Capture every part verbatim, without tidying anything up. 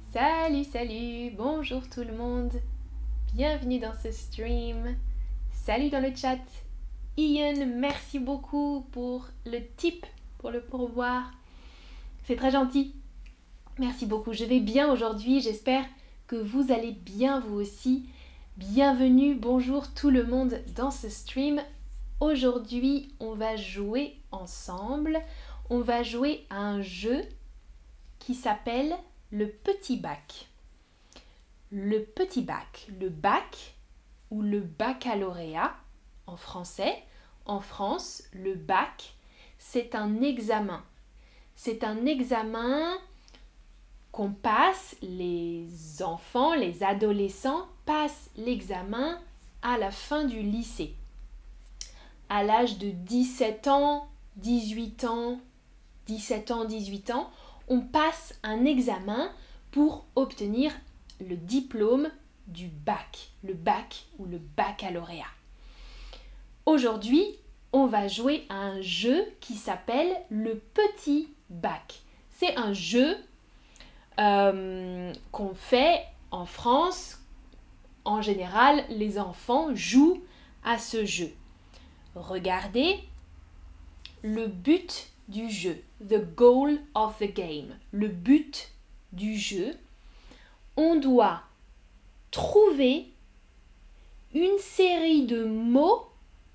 Salut, salut, bonjour tout le monde, bienvenue dans ce stream, salut dans le chat. Ian, merci beaucoup pour le tip, pour le pourboire, c'est très gentil, merci beaucoup. Je vais bien aujourd'hui, j'espère que vous allez bien vous aussi. Bienvenue, bonjour tout le monde dans ce stream. Aujourd'hui, on va jouer ensemble, on va jouer à un jeu qui s'appelle le petit bac. Le petit bac, le bac ou le baccalauréat en français. En France, le bac, c'est un examen. C'est un examen qu'on passe, les enfants, les adolescents passent l'examen à la fin du lycée. À l'âge de dix-sept ans, dix-huit ans, dix-sept ans, dix-huit ans, on passe un examen pour obtenir le diplôme du bac, le bac ou le baccalauréat. Aujourd'hui, on va jouer à un jeu qui s'appelle le petit bac. C'est un jeu euh, qu'on fait en France. En général, les enfants jouent à ce jeu. Regardez le but du jeu, the goal of the game, le but du jeu. On doit trouver une série de mots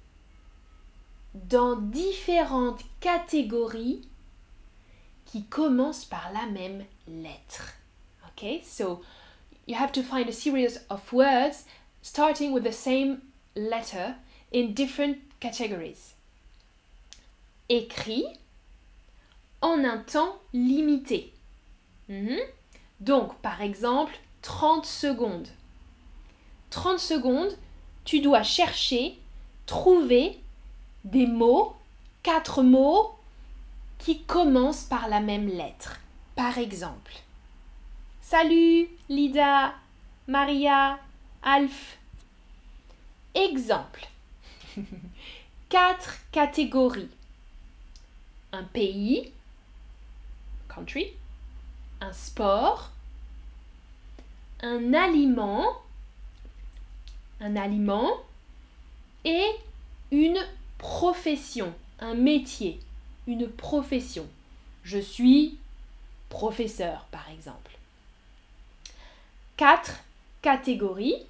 dans différentes catégories qui commencent par la même lettre. Okay, so you have to find a series of words starting with the same letter in different categories. Écrit en un temps limité. Mm-hmm. Donc, par exemple, trente secondes. trente secondes, tu dois chercher, trouver des mots, quatre mots qui commencent par la même lettre. Par exemple, salut Lida, Maria, Alf. Exemple, quatre catégories. Un pays, country, un sport, un aliment, un aliment et une profession, un métier, une profession. Je suis professeur, par exemple. Quatre catégories,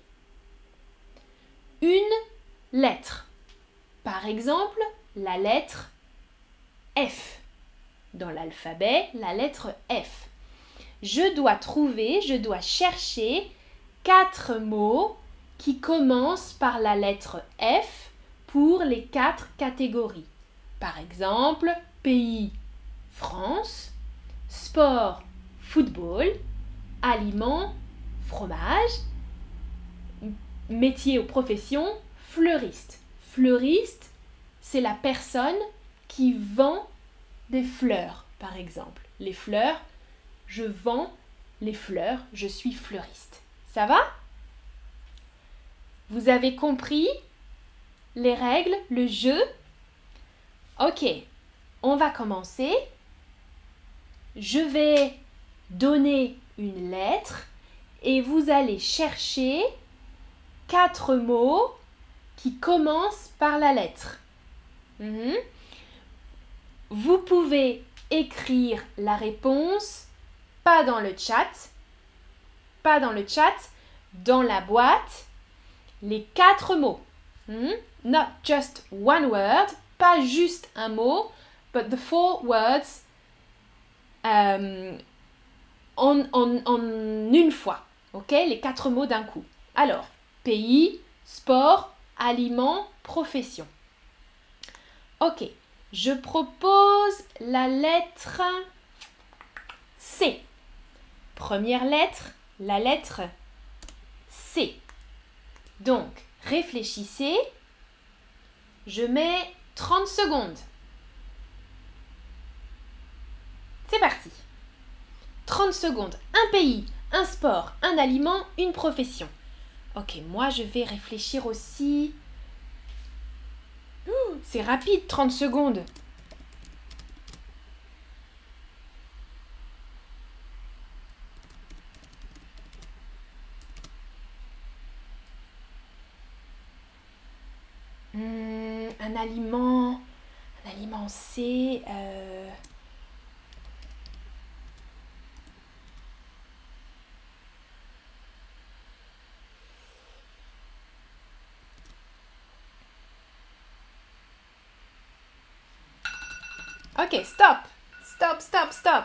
une lettre. Par exemple, la lettre F. Dans l'alphabet, la lettre F. Je dois trouver, je dois chercher quatre mots qui commencent par la lettre F pour les quatre catégories. Par exemple, pays, France, sport, football, aliment, fromage, métier ou profession, fleuriste. Fleuriste, c'est la personne qui vend des fleurs, par exemple. Les fleurs, je vends les fleurs, je suis fleuriste. Ça va? Vous avez compris les règles, le jeu? Ok, on va commencer. Je vais donner une lettre et vous allez chercher quatre mots qui commencent par la lettre. Mm-hmm. Vous pouvez écrire la réponse, pas dans le chat, pas dans le chat, dans la boîte, les quatre mots. Mm-hmm. Not just one word, pas juste un mot, but the four words um, en, en, en une fois. Ok, les quatre mots d'un coup. Alors, pays, sport, aliment, profession. Ok, je propose la lettre C. Première lettre, la lettre C. Donc, réfléchissez. Je mets trente secondes. C'est parti. trente secondes. Un pays, un sport, un aliment, une profession. Ok, moi je vais réfléchir aussi. Ouh, c'est rapide, trente secondes. un aliment, un aliment c'est... Euh... Ok, stop, stop, stop, stop.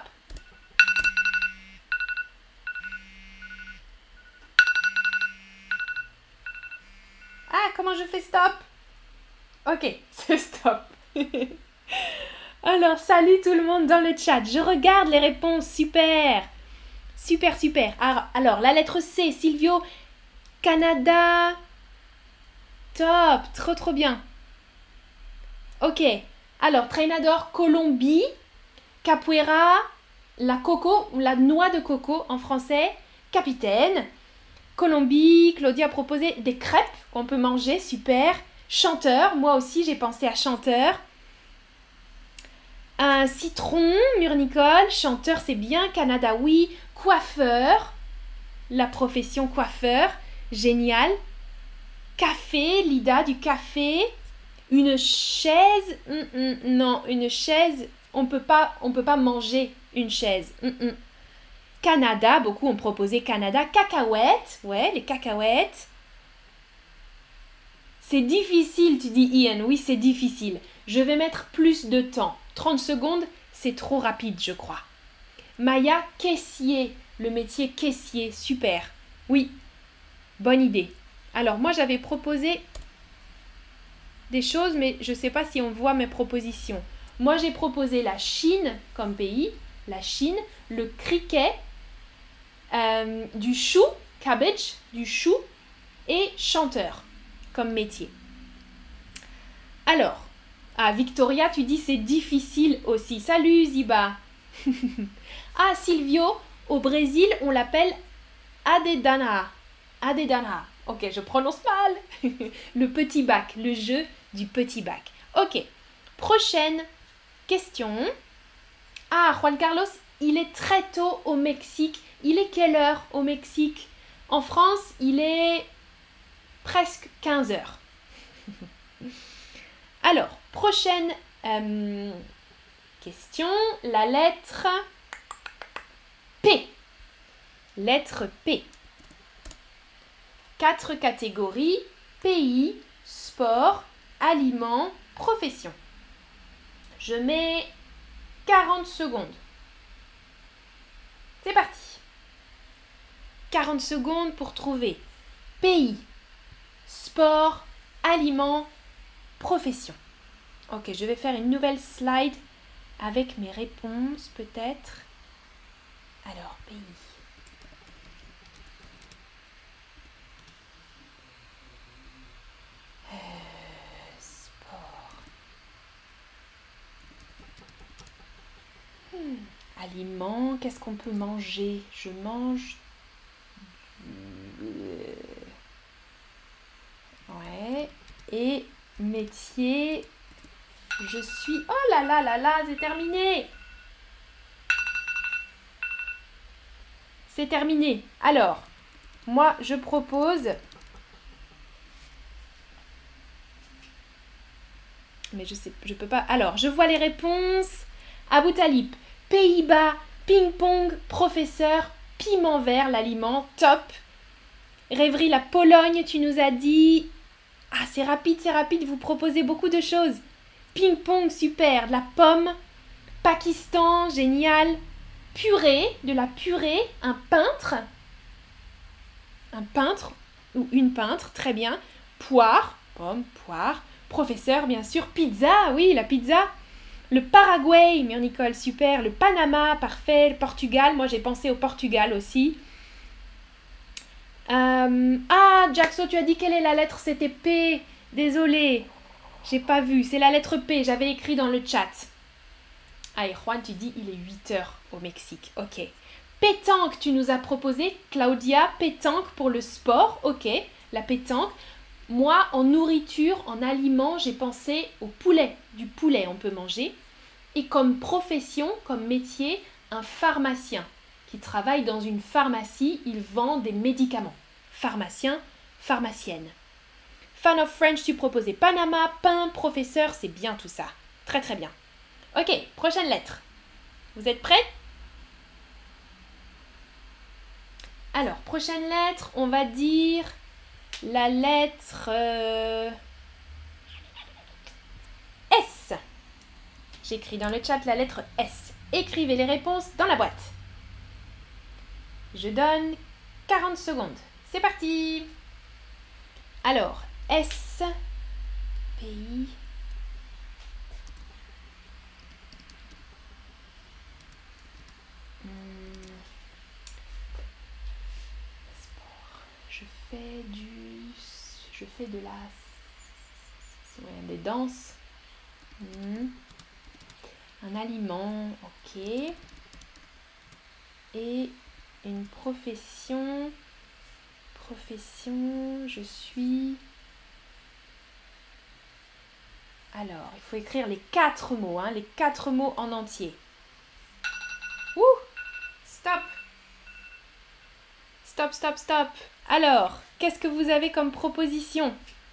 Ah, comment je fais stop? Ok, c'est stop. Alors, salut tout le monde dans le chat. Je regarde les réponses, super. Super, super. Alors, la lettre C, Silvio, Canada. Top, trop, trop bien. Ok, alors, Trainador, Colombie, Capoeira, la coco, ou la noix de coco en français, capitaine. Colombie, Claudia a proposé des crêpes qu'on peut manger, super. Chanteur, moi aussi j'ai pensé à chanteur. Un citron, Murnicole, chanteur c'est bien, Canada oui. Coiffeur, la profession coiffeur, génial. Café, Lida du café. Une chaise, mm, mm, non, une chaise, on peut pas, on peut pas manger une chaise. Mm, mm. Canada, beaucoup ont proposé Canada. Cacahuètes, ouais, les cacahuètes. C'est difficile, tu dis Ian. Oui, c'est difficile. Je vais mettre plus de temps. trente secondes, c'est trop rapide, je crois. Maya, caissier. Le métier caissier, super. Oui, bonne idée. Alors, moi, j'avais proposé des choses, mais je ne sais pas si on voit mes propositions. Moi, j'ai proposé la Chine comme pays, la Chine, le cricket, euh, du chou, cabbage, du chou, et chanteur comme métier. Alors, ah, Victoria, tu dis c'est difficile aussi. Salut Ziba. Ah, Silvio, au Brésil, on l'appelle Adedana. Adedana. Ok, je prononce mal. Le petit bac, le jeu du petit bac. Ok, prochaine question. Ah, Juan Carlos, il est très tôt au Mexique. Il est quelle heure au Mexique? En France, il est presque quinze heures. Alors, prochaine euh, question. La lettre P. Lettre P. Quatre catégories. Pays, sport, aliments, profession. Je mets quarante secondes. C'est parti. quarante secondes pour trouver pays, sport, aliments, profession. Ok, je vais faire une nouvelle slide avec mes réponses peut-être. Alors, pays. Euh, sport. Hmm. Aliments, qu'est-ce qu'on peut manger? Je mange... Ouais. Et métier... Je suis... Oh là là là là, c'est terminé. C'est terminé. Alors, moi, je propose... Mais je sais, je peux pas... Alors, je vois les réponses. Abou Talib, Pays-Bas, ping-pong, professeur, piment vert, l'aliment, top. Rêverie, la Pologne, tu nous as dit... Ah, c'est rapide, c'est rapide, vous proposez beaucoup de choses. Ping-pong, super. De la pomme. Pakistan, génial. Purée, de la purée. Un peintre. Un peintre ou une peintre, très bien. Poire, pomme, poire. Professeur, bien sûr. Pizza, oui, la pizza. Le Paraguay, Myrnicole, super. Le Panama, parfait. Le Portugal, moi j'ai pensé au Portugal aussi. Euh, ah, Jackso, tu as dit quelle est la lettre? C'était P. Désolée. J'ai pas vu. C'est la lettre P. J'avais écrit dans le chat. Ah, et Juan, tu dis il est huit heures au Mexique. Ok. Pétanque, tu nous as proposé. Claudia, pétanque pour le sport. Ok. La pétanque. Moi, en nourriture, en aliments, j'ai pensé au poulet. Du poulet, on peut manger. Et comme profession, comme métier, un pharmacien qui travaille dans une pharmacie. Il vend des médicaments. Pharmacien, pharmacienne. Fan of French, tu proposais Panama. Pain, professeur, c'est bien tout ça. Très très bien. Ok, prochaine lettre. Vous êtes prêts? Alors, prochaine lettre, on va dire la lettre euh, S. J'écris dans le chat la lettre S. Écrivez les réponses dans la boîte. Je donne quarante secondes. C'est parti. Alors, S, pays. Hmm. Sport. Je fais du... Je fais de la... Ouais, des danses. Hmm. Un aliment, ok. Et une profession. Profession, je suis... Alors, il faut écrire les quatre mots, hein, les quatre mots en entier. Ouh! Stop! Stop, stop, stop. Alors, qu'est-ce que vous avez comme proposition?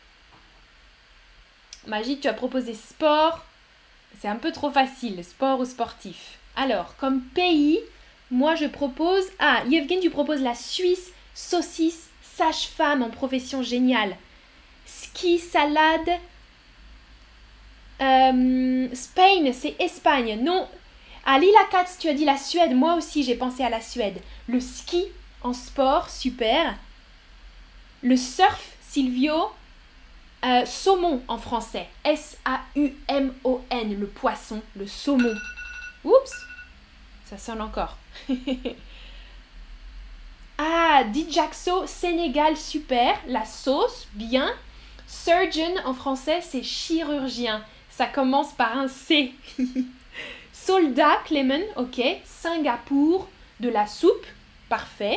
Magie, tu as proposé sport. C'est un peu trop facile, sport ou sportif. Alors, comme pays, moi je propose... Ah, Yevgen, tu proposes la Suisse, saucisse, sage-femme en profession géniale. Ski, salade. Euh, Spain, c'est Espagne. Non. Ah, Lila Katz, tu as dit la Suède. Moi aussi, j'ai pensé à la Suède. Le ski en sport, super. Le surf, Silvio. Euh, saumon en français. S A U M O N, le poisson, le saumon. Oups, ça sonne encore. Ah, Dijaxo, Sénégal, super. La sauce, bien. Surgeon en français, c'est chirurgien. Ça commence par un C. Soldat, Clément, ok. Singapour, de la soupe, parfait.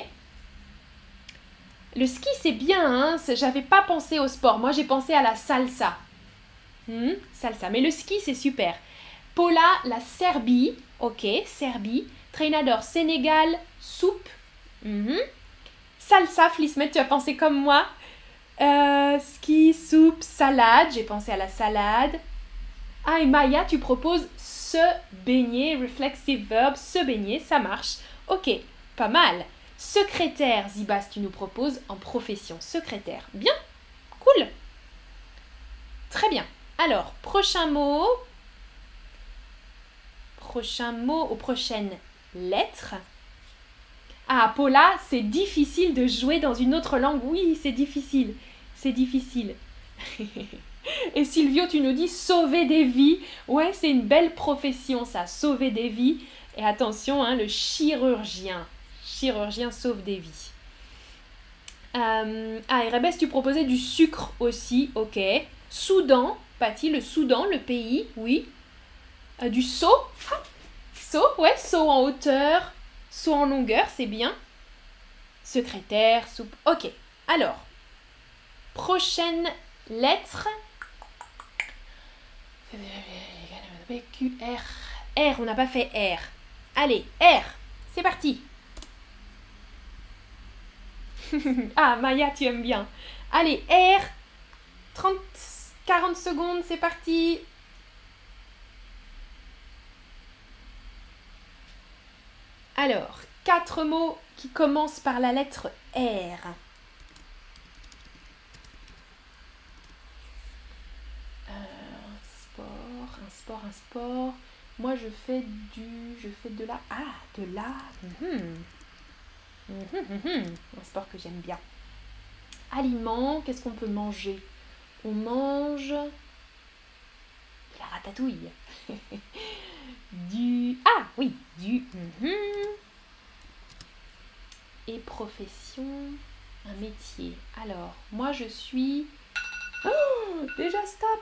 Le ski, c'est bien, hein. J'avais pas pensé au sport. Moi, j'ai pensé à la salsa. Hmm, salsa. Mais le ski, c'est super. Paula, la Serbie. Ok, Serbie. Trainador, Sénégal. Soupe. Mm-hmm. Salsa, Flismet, tu as pensé comme moi. Euh, ski, soupe, salade. J'ai pensé à la salade. Ah, et Maya, tu proposes se baigner. Reflexive verb, se baigner. Ça marche. Ok, pas mal. Secrétaire, Zibas, tu nous proposes en profession. Secrétaire. Bien. Cool. Très bien. Alors, prochain mot. Prochain mot aux prochaines lettres. Ah, Paula, c'est difficile de jouer dans une autre langue. Oui, c'est difficile. C'est difficile. Et Silvio, tu nous dis sauver des vies. Ouais, c'est une belle profession, ça. Sauver des vies. Et attention, hein, le chirurgien. Chirurgien sauve des vies. Euh, ah, et Rebès, tu proposais du sucre aussi. Ok. Soudan, Patty, le Soudan, le pays, oui. Euh, du saut. Ah, saut, ouais, saut en hauteur. Saut en longueur, c'est bien. Secrétaire, soupe. Ok. Alors, prochaine lettre. Q, R. R, on n'a pas fait R. Allez, R. C'est parti. Ah, Maya, tu aimes bien. Allez, R. trente, quarante secondes, c'est parti. Alors, quatre mots qui commencent par la lettre R. Euh, un sport, un sport, un sport. Moi, je fais du... Je fais de la... Ah, de la... Mm-hmm. Mm-hmm, mm-hmm. Un sport que j'aime bien. Aliments, qu'est-ce qu'on peut manger? On mange... de la ratatouille. Du... Ah, oui, du... Mm-hmm. Et profession, un métier. Alors, moi, je suis... Oh, déjà, stop.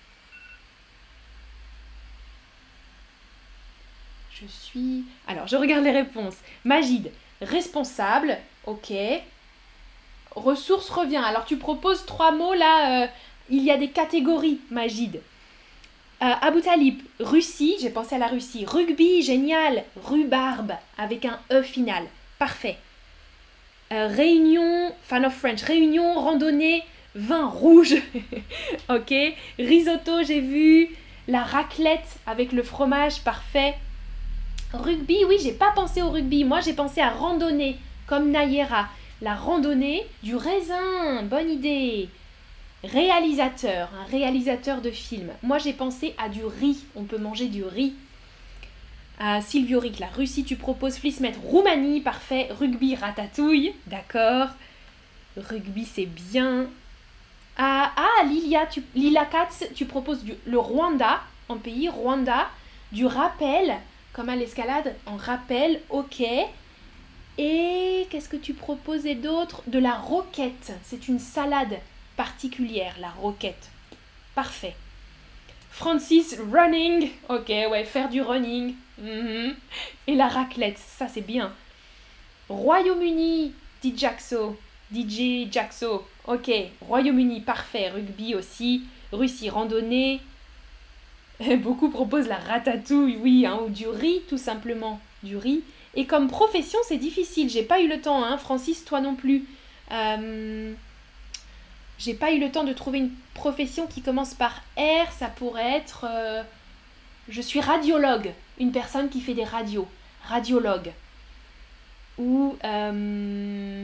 Je suis... Alors, je regarde les réponses. Majid, responsable, ok. Ressources, revient. Alors, tu proposes trois mots, là. Euh, il y a des catégories, Majid. Euh, Abou Talib, Russie, j'ai pensé à la Russie. Rugby, génial. Rhubarbe, avec un E final. Parfait. Euh, réunion, fan of French. Réunion, randonnée, Vin rouge. Ok. Risotto, j'ai vu. La raclette avec le fromage, parfait. Rugby, oui, j'ai pas pensé au rugby. Moi, j'ai pensé à randonnée, comme Nayera. La randonnée, du raisin, bonne idée. Réalisateur, un réalisateur de film. Moi, j'ai pensé à du riz. On peut manger du riz. À Silvio Ric, la Russie, tu proposes Flismet, Roumanie, parfait. Rugby, ratatouille, d'accord. Rugby, c'est bien. Ah, ah Lilia, tu, Lila Katz, tu proposes du, le Rwanda, en pays, Rwanda, du rappel, comme à l'escalade, en rappel, ok. Et qu'est-ce que tu proposais d'autre? De la roquette, c'est une salade particulière, la roquette. Parfait. Francis, running, ok, ouais, faire du running. Mm-hmm. Et la raclette, ça c'est bien. Royaume-Uni, dit Jaxo. D J Jaxo, ok. Royaume-Uni, parfait. Rugby aussi. Russie, randonnée. Beaucoup proposent la ratatouille, oui, hein, ou du riz, tout simplement. Du riz. Et comme profession, c'est difficile. J'ai pas eu le temps, hein. Francis, toi non plus. Euh, j'ai pas eu le temps de trouver une profession qui commence par R. Ça pourrait être... Euh, je suis radiologue. Une personne qui fait des radios. Radiologue. Ou... Euh,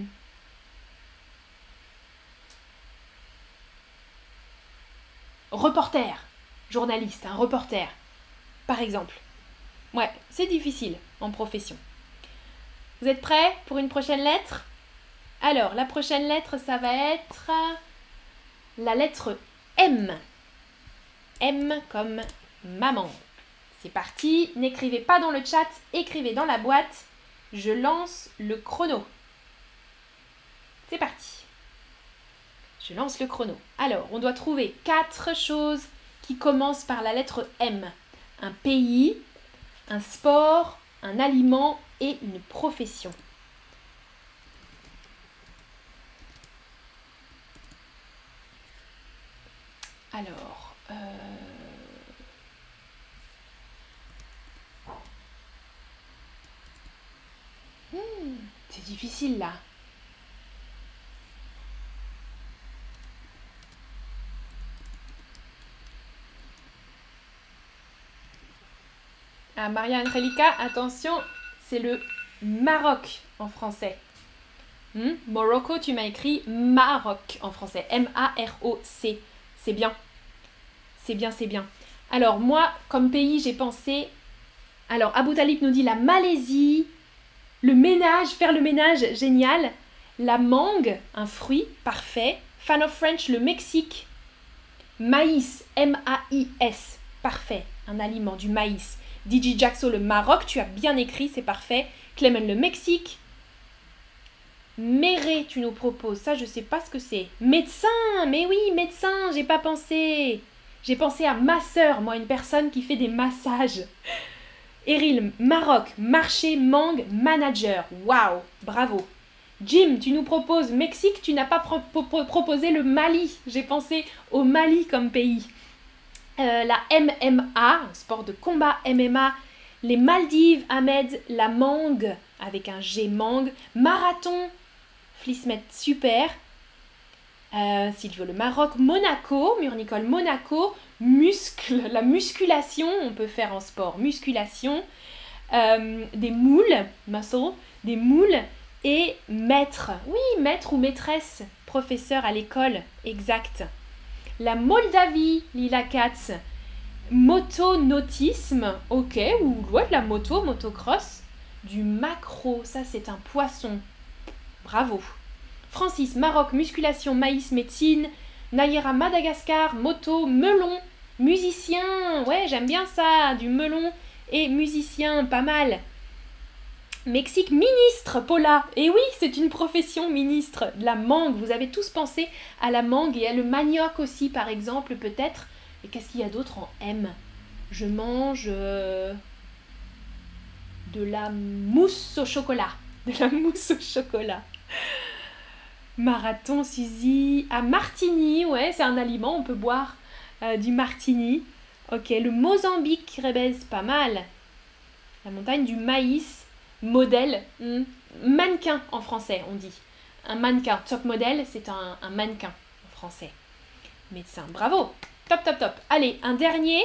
reporter, journaliste, un reporter, par exemple. Ouais, c'est difficile en profession. Vous êtes prêts pour une prochaine lettre? Alors, la prochaine lettre, ça va être la lettre M. M comme maman. C'est parti, n'écrivez pas dans le chat, écrivez dans la boîte. Je lance le chrono. C'est parti. Je lance le chrono. Alors, on doit trouver quatre choses qui commencent par la lettre M. Un pays, un sport, un aliment et une profession. Alors, euh... hmm, c'est difficile là. Ah, Maria Angelica, attention, c'est le Maroc en français. Hmm? Morocco, tu m'as écrit Maroc en français. M A R O C. C'est bien. C'est bien, c'est bien. Alors, moi, comme pays, j'ai pensé... Alors, Abou Talib nous dit la Malaisie, le ménage, faire le ménage, génial. La mangue, un fruit, parfait. Fan of French, le Mexique. Maïs, M A I S, parfait. Un aliment, du maïs. D J Jaxo, le Maroc, tu as bien écrit, c'est parfait. Clément, le Mexique. Méré, tu nous proposes, ça je sais pas ce que c'est. Médecin, mais oui, médecin, j'ai pas pensé. J'ai pensé à masseur, moi, une personne qui fait des massages. Eril, Maroc, marché, mangue, manager. Waouh, bravo. Jim, tu nous proposes Mexique, tu n'as pas pro- pro- proposé le Mali. J'ai pensé au Mali comme pays. Euh, la M M A, un sport de combat M M A, les Maldives, Ahmed, la mangue, avec un G, mangue, marathon, Flismet, super, euh, Silvio, le Maroc, Monaco, Murnicole, Monaco, muscle, la musculation, on peut faire en sport, musculation, euh, des moules, muscle, des moules, et maître, oui, maître ou maîtresse, professeur à l'école, exact. La Moldavie, Lila Katz. Motonautisme, ok, ou ouais, de la moto, motocross. Du maquereau, ça c'est un poisson. Bravo. Francis, Maroc, musculation, maïs, médecine. Nayera, Madagascar, moto, melon, musicien. Ouais, j'aime bien ça, du melon et musicien, pas mal. Mexique, ministre, Paula. Et oui, c'est une profession, ministre. La mangue, vous avez tous pensé à la mangue et à le manioc aussi, par exemple, peut-être. Et qu'est-ce qu'il y a d'autre en M? Je mange euh, de la mousse au chocolat. De la mousse au chocolat. Marathon, Suzy. Ah, martini, ouais, c'est un aliment, on peut boire euh, du martini. Ok, le Mozambique, Rebez, pas mal. La montagne du maïs. Modèle, mannequin en français, on dit. Un mannequin, top modèle, c'est un, un mannequin en français. Médecin, bravo. Top, top, top. Allez, un dernier.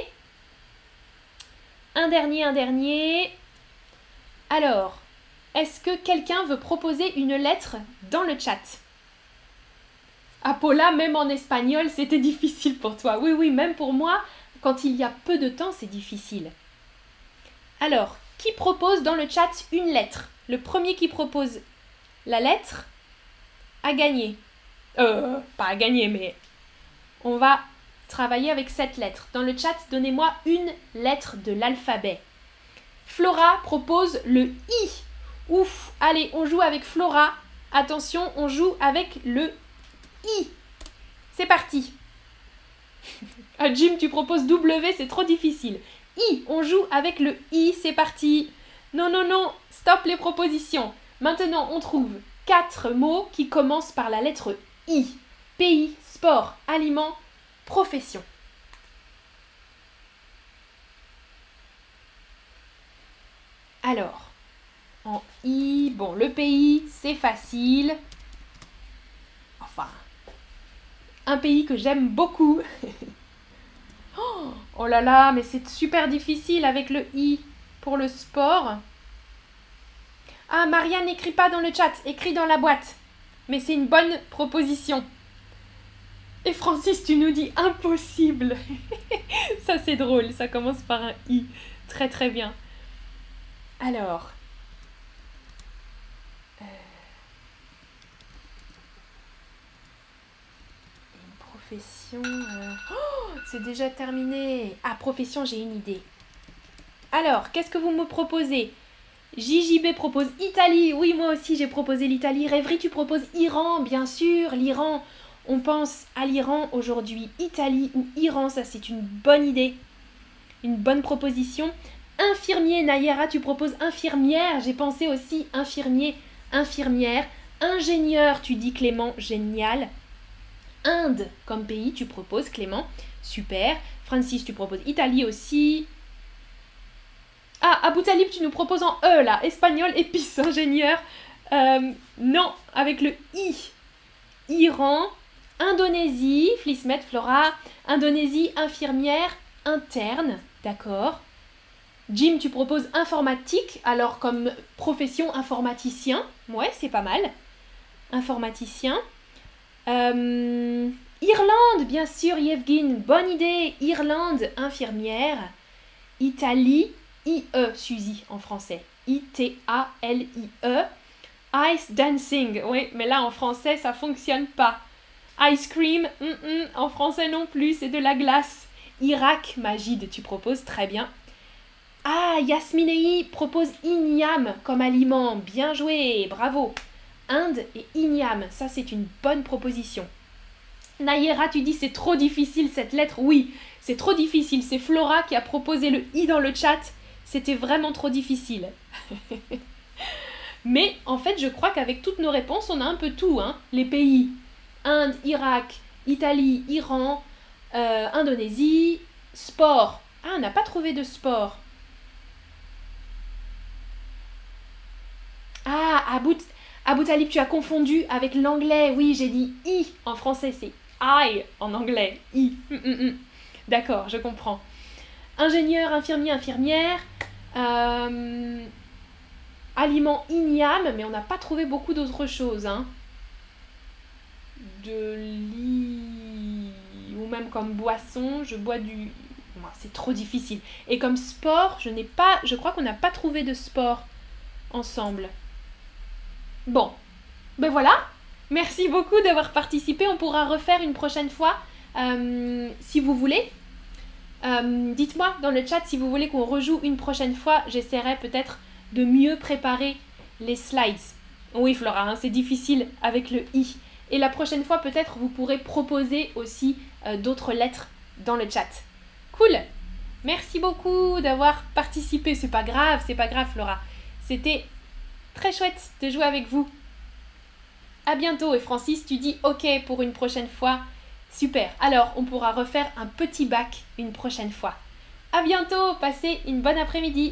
Un dernier, un dernier. Alors, est-ce que quelqu'un veut proposer une lettre dans le chat? Ah, Paula, même en espagnol, c'était difficile pour toi. Oui, oui, même pour moi, quand il y a peu de temps, c'est difficile. Alors, qui propose dans le chat une lettre? Le premier qui propose la lettre a gagné. Euh, pas à gagner, mais on va travailler avec cette lettre. Dans le chat, donnez-moi une lettre de l'alphabet. Flora propose le I. Ouf, allez, on joue avec Flora. Attention, on joue avec le I. C'est parti. Ah, Jim, tu proposes W, c'est trop difficile. I, on joue avec le I, c'est parti. Non, non, non, stop les propositions. Maintenant, on trouve quatre mots qui commencent par la lettre I. Pays, sport, aliments, profession. Alors, en I, bon, le pays, c'est facile. Enfin, un pays que j'aime beaucoup. Oh là là, mais c'est super difficile avec le I pour le sport. Ah, Marianne n'écrit pas dans le chat, écrit dans la boîte. Mais c'est une bonne proposition. Et Francis, tu nous dis impossible. Ça, c'est drôle, ça commence par un I. Très très bien. Alors. Euh, une profession. Euh... Oh, c'est déjà terminé. Ah, profession, j'ai une idée. Alors, qu'est-ce que vous me proposez? J J B propose Italie. Oui, moi aussi, j'ai proposé l'Italie. Rêverie, tu proposes Iran, bien sûr. L'Iran, on pense à l'Iran aujourd'hui. Italie ou Iran, ça, c'est une bonne idée. Une bonne proposition. Infirmier, Nayera, tu proposes infirmière. J'ai pensé aussi infirmier, infirmière. Ingénieur, tu dis Clément, génial. Inde, comme pays, tu proposes Clément, super. Francis, tu proposes Italie aussi. Ah, Abou Talib, tu nous proposes en E, là. Espagnol, épice, ingénieur. Euh, non, avec le I. Iran, Indonésie, Flismet, Flora. Indonésie, infirmière, interne, d'accord. Jim, tu proposes informatique, alors comme profession informaticien. Ouais, c'est pas mal. Informaticien. Euh, Irlande, bien sûr, Yevgin, bonne idée. Irlande, infirmière. Italie, I E, Suzy, en français. I T A L I E. Ice dancing, oui, mais là, en français, ça fonctionne pas. Ice cream, mm -mm, en français non plus, c'est de la glace. Irak, Magid, tu proposes, très bien. Ah, Yasminei propose igname comme aliment. Bien joué, bravo. Inde et igname, ça c'est une bonne proposition. Nayera, tu dis c'est trop difficile cette lettre. Oui, c'est trop difficile. C'est Flora qui a proposé le i dans le chat. C'était vraiment trop difficile. Mais en fait, je crois qu'avec toutes nos réponses, on a un peu tout. Hein. Les pays, Inde, Irak, Italie, Iran, euh, Indonésie, sport. Ah, on n'a pas trouvé de sport. Ah, Abou, Abou Talib, tu as confondu avec l'anglais. Oui, j'ai dit I en français, c'est I en anglais. I. Mm, mm, mm. D'accord, je comprends. Ingénieur, infirmier, infirmière. Euh, aliment igname, mais on n'a pas trouvé beaucoup d'autres choses. Hein. De lit ou même comme boisson, je bois du... Bon, c'est trop difficile. Et comme sport, je n'ai pas... Je crois qu'on n'a pas trouvé de sport ensemble. Bon, ben voilà. Merci beaucoup d'avoir participé. On pourra refaire une prochaine fois euh, si vous voulez. Euh, dites-moi dans le chat si vous voulez qu'on rejoue une prochaine fois. J'essaierai peut-être de mieux préparer les slides. Oui, Flora, hein, c'est difficile avec le i. Et la prochaine fois, peut-être, vous pourrez proposer aussi euh, d'autres lettres dans le chat. Cool. Merci beaucoup d'avoir participé. C'est pas grave, c'est pas grave, Flora. C'était très chouette de jouer avec vous. À bientôt. Et Francis, tu dis OK pour une prochaine fois. Super. Alors, on pourra refaire un petit bac une prochaine fois. À bientôt. Passez une bonne après-midi.